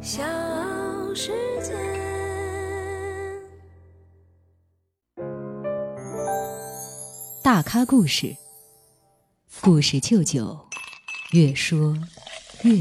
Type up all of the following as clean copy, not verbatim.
小世界。 大咖故事，故事舅舅越说越有。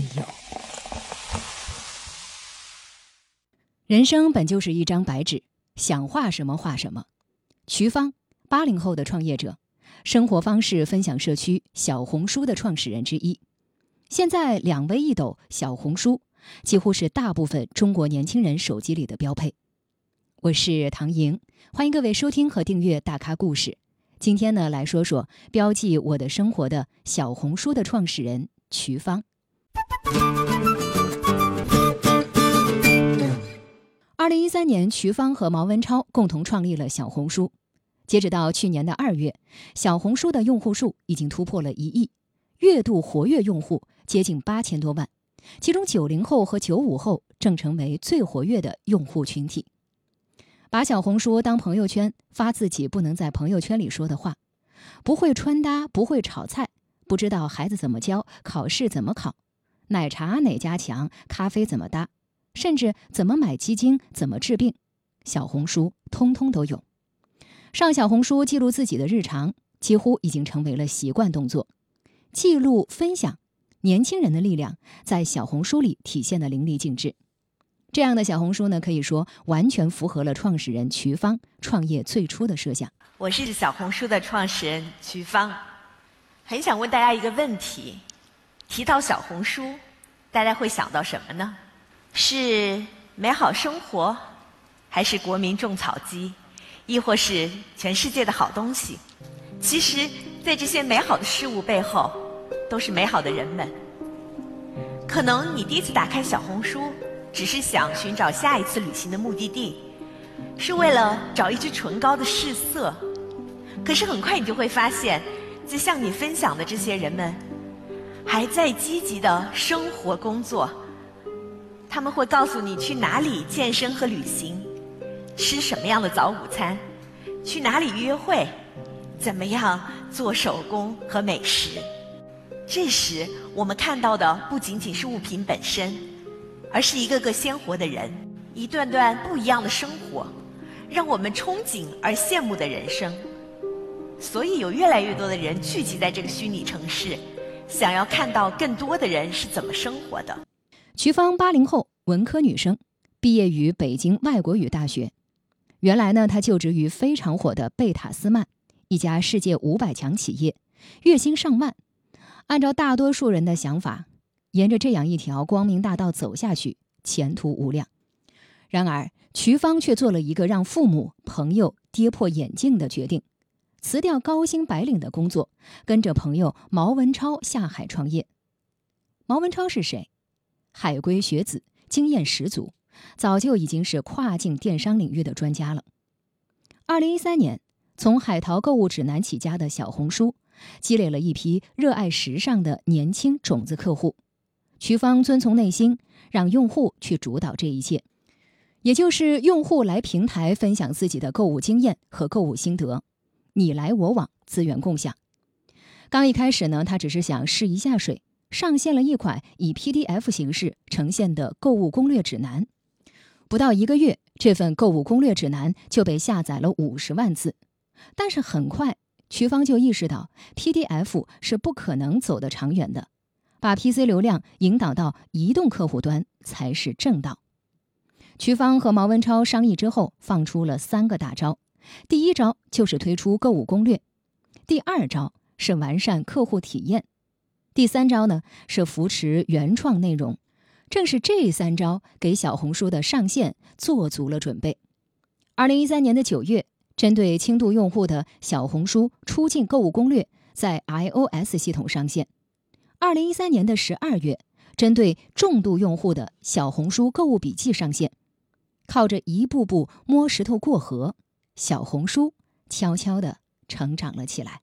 人生本就是一张白纸，想画什么画什么。瞿芳，80后的创业者，生活方式分享社区小红书的创始人之一。现在2微1抖小红书几乎是大部分中国年轻人手机里的标配。我是唐莹，欢迎各位收听和订阅大咖故事。今天呢，来说说标记我的生活的小红书的创始人瞿芳。2013年，瞿芳和毛文超共同创立了小红书。截止到去年的2月，小红书的用户数已经突破了1亿，月度活跃用户接近8000多万，其中90后和95后正成为最活跃的用户群体。把小红书当朋友圈，发自己不能在朋友圈里说的话，不会穿搭，不会炒菜，不知道孩子怎么教，考试怎么考，奶茶哪家强，咖啡怎么搭，甚至怎么买基金，怎么治病，小红书通通都有。上小红书记录自己的日常，几乎已经成为了习惯动作。记录分享，年轻人的力量在小红书里体现得淋漓尽致。这样的小红书呢，可以说完全符合了创始人瞿芳创业最初的设想。 我是小红书的创始人瞿芳，很想问大家一个问题：提到小红书，大家会想到什么呢？是美好生活，还是国民种草机，亦或是全世界的好东西？其实在这些美好的事物背后，都是美好的人们。可能你第一次打开小红书，只是想寻找下一次旅行的目的地，是为了找一支唇膏的试色。可是很快你就会发现，在向你分享的这些人们还在积极的生活工作。他们会告诉你去哪里健身和旅行，吃什么样的早午餐，去哪里约会，怎么样做手工和美食。这时我们看到的不仅仅是物品本身，而是一个个鲜活的人，一段段不一样的生活，让我们憧憬而羡慕的人生。所以有越来越多的人聚集在这个虚拟城市，想要看到更多的人是怎么生活的。 瞿芳80后，文科女生，毕业于北京外国语大学。原来呢，她就职于非常火的贝塔斯曼，一家世界500强企业，月薪上万。按照大多数人的想法，沿着这样一条光明大道走下去，前途无量。然而，瞿芳却做了一个让父母、朋友跌破眼镜的决定，辞掉高薪白领的工作，跟着朋友毛文超下海创业。毛文超是谁？海归学子，经验十足，早就已经是跨境电商领域的专家了。2013年，从海淘购物指南起家的小红书，积累了一批热爱时尚的年轻种子客户。瞿芳遵从内心，让用户去主导这一切，也就是用户来平台分享自己的购物经验和购物心得，你来我往，资源共享。刚一开始呢，他只是想试一下水，上线了一款以 PDF 形式呈现的购物攻略指南。不到1个月，这份购物攻略指南就被下载了50万次。但是很快，瞿芳就意识到 PDF 是不可能走得长远的，把 PC 流量引导到移动客户端才是正道。瞿芳和毛文超商议之后，放出了3个大招。第一招就是推出购物攻略，第2招是完善客户体验，第3招呢是扶持原创内容。正是这3招给小红书的上线做足了准备。2013年的9月，针对轻度用户的小红书出境购物攻略在 iOS 系统上线。2013年的12月，针对重度用户的小红书购物笔记上线。靠着一步步摸石头过河，小红书悄悄地成长了起来。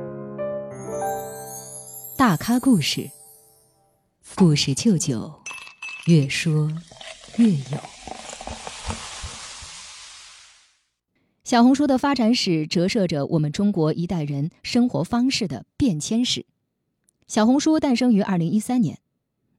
大咖故事，故事舅舅越说越有。小红书的发展史折射着我们中国一代人生活方式的变迁史。小红书诞生于2013年，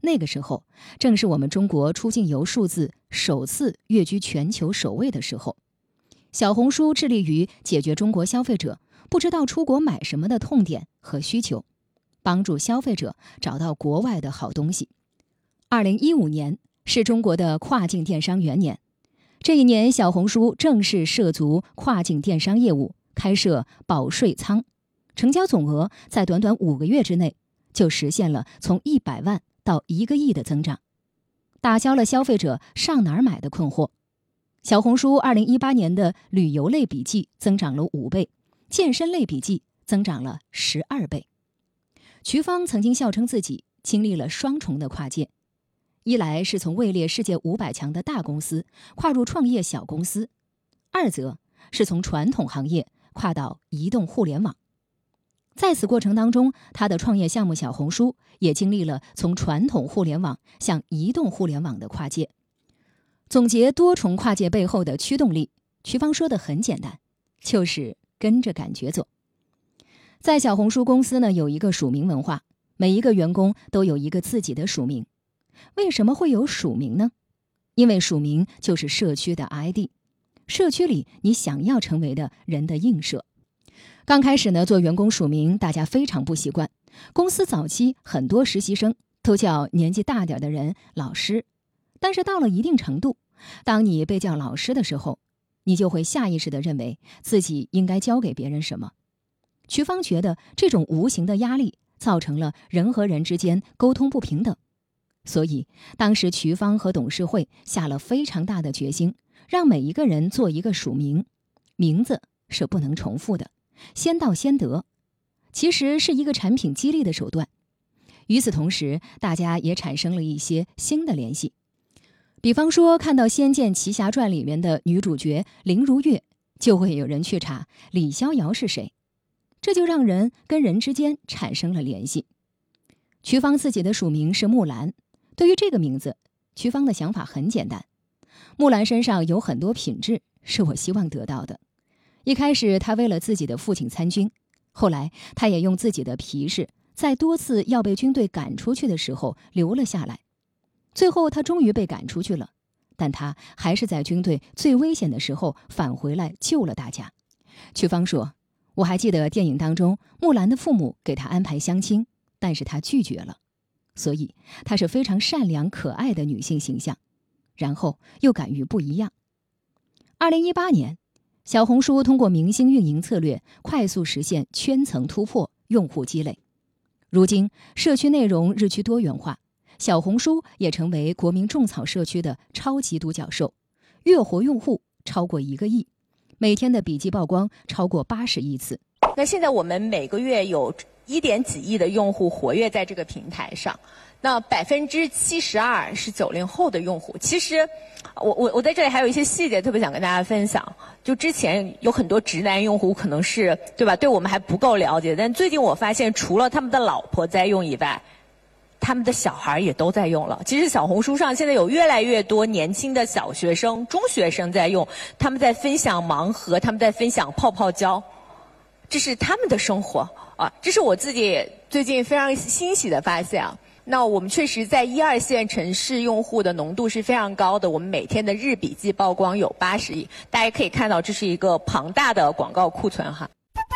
那个时候正是我们中国出境游数字首次跃居全球首位的时候。小红书致力于解决中国消费者不知道出国买什么的痛点和需求，帮助消费者找到国外的好东西。2015年是中国的跨境电商元年，这一年小红书正式涉足跨境电商业务，开设保税仓，成交总额在短短5个月之内就实现了从100万到1个亿的增长，打消了消费者上哪儿买的困惑。小红书2018年的旅游类笔记增长了5倍，健身类笔记增长了12倍。瞿芳曾经笑称自己经历了双重的跨界，一来是从位列世界500强的大公司跨入创业小公司，二则是从传统行业跨到移动互联网。在此过程当中，他的创业项目小红书也经历了从传统互联网向移动互联网的跨界。总结多重跨界背后的驱动力，瞿芳说的很简单，就是跟着感觉走。在小红书公司呢，有一个署名文化，每一个员工都有一个自己的署名。为什么会有署名呢？因为署名就是社区的 ID， 社区里你想要成为的人的映射。刚开始呢，做员工署名，大家非常不习惯。公司早期很多实习生都叫年纪大点的人老师，但是到了一定程度，当你被叫老师的时候，你就会下意识地认为自己应该教给别人什么。瞿芳觉得这种无形的压力造成了人和人之间沟通不平等，所以当时瞿芳和董事会下了非常大的决心，让每一个人做一个署名，名字是不能重复的，先到先得，其实是一个产品激励的手段。与此同时，大家也产生了一些新的联系。比方说，看到《仙剑奇侠传》里面的女主角林如月，就会有人去查李逍遥是谁，这就让人跟人之间产生了联系。瞿芳自己的署名是木兰，对于这个名字，瞿芳的想法很简单，木兰身上有很多品质是我希望得到的。一开始他为了自己的父亲参军，后来他也用自己的皮实，在多次要被军队赶出去的时候留了下来。最后他终于被赶出去了，但他还是在军队最危险的时候返回来救了大家。瞿芳说，我还记得电影当中木兰的父母给她安排相亲，但是她拒绝了，所以她是非常善良可爱的女性形象，然后又敢于不一样。2018年，小红书通过明星运营策略快速实现圈层突破，用户积累。如今社区内容日趋多元化，小红书也成为国民种草社区的超级独角兽，月活用户超过1个亿，每天的笔记曝光超过80亿次。 那现在我们每个月有1点几亿的用户活跃在这个平台上，那72%是90后的用户。其实我在这里还有一些细节特别想跟大家分享。就之前有很多直男用户可能是对吧，对我们还不够了解，但最近我发现除了他们的老婆在用以外，他们的小孩也都在用了。其实小红书上现在有越来越多年轻的小学生、中学生在用，他们在分享盲盒，他们在分享泡泡胶，这是他们的生活啊！这是我自己最近非常欣喜的发现啊。那我们确实在1、2线城市用户的浓度是非常高的，我们每天的日笔记曝光有80亿，大家可以看到这是一个庞大的广告库存哈。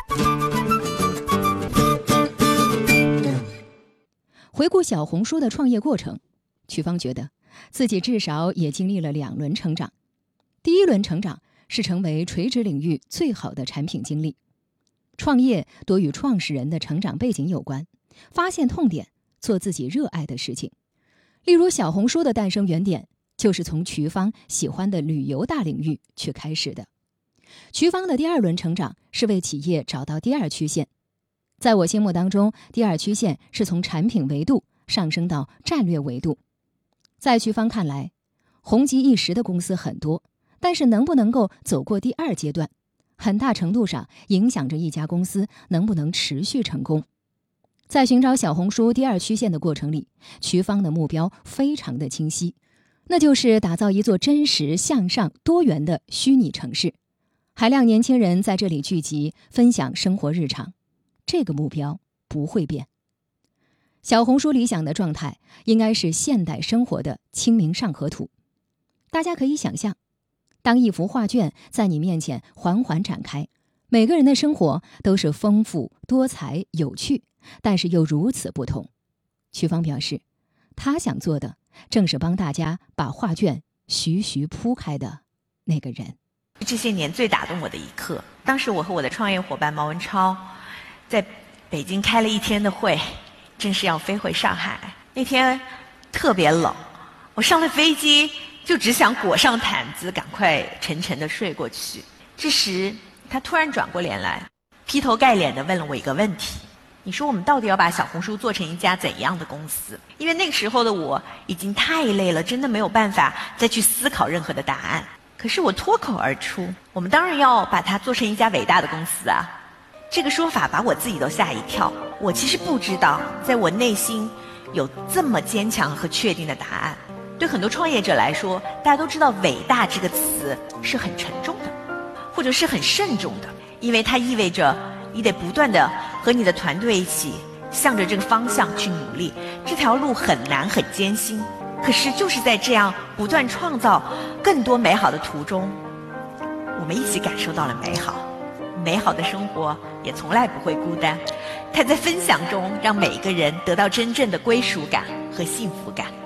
回顾小红书的创业过程，瞿芳觉得自己至少也经历了2轮成长。第一轮成长是成为垂直领域最好的产品经理。创业多与创始人的成长背景有关，发现痛点，做自己热爱的事情。例如小红书的诞生原点就是从瞿芳喜欢的旅游大领域去开始的。瞿芳的第2轮成长是为企业找到第2曲线。在我心目当中，第2曲线是从产品维度上升到战略维度。在瞿芳看来，红极一时的公司很多，但是能不能够走过第2阶段，很大程度上影响着一家公司能不能持续成功。在寻找小红书第2曲线的过程里，瞿芳的目标非常的清晰，那就是打造一座真实、向上、多元的虚拟城市，海量年轻人在这里聚集，分享生活日常。这个目标不会变。 小红书理想的状态应该是现代生活的清明上河图。大家可以想象，当一幅画卷在你面前缓缓展开，每个人的生活都是丰富、多彩、有趣，但是又如此不同。瞿芳表示，他想做的正是帮大家把画卷徐徐铺开的那个人。 这些年最打动我的一刻，当时我和我的创业伙伴毛文超在北京开了一天的会，正是要飞回上海。那天特别冷，我上了飞机就只想裹上毯子赶快沉沉地睡过去。这时他突然转过脸来，劈头盖脸地问了我一个问题，你说我们到底要把小红书做成一家怎样的公司？因为那个时候的我已经太累了，真的没有办法再去思考任何的答案。可是我脱口而出，我们当然要把它做成一家伟大的公司啊。这个说法把我自己都吓一跳。我其实不知道在我内心有这么坚强和确定的答案。对很多创业者来说，大家都知道伟大这个词是很沉重的，或者是很慎重的，因为它意味着你得不断的和你的团队一起向着这个方向去努力，这条路很难很艰辛。可是就是在这样不断创造更多美好的途中，我们一起感受到了美好。美好的生活也从来不会孤单，它在分享中让每个人得到真正的归属感和幸福感。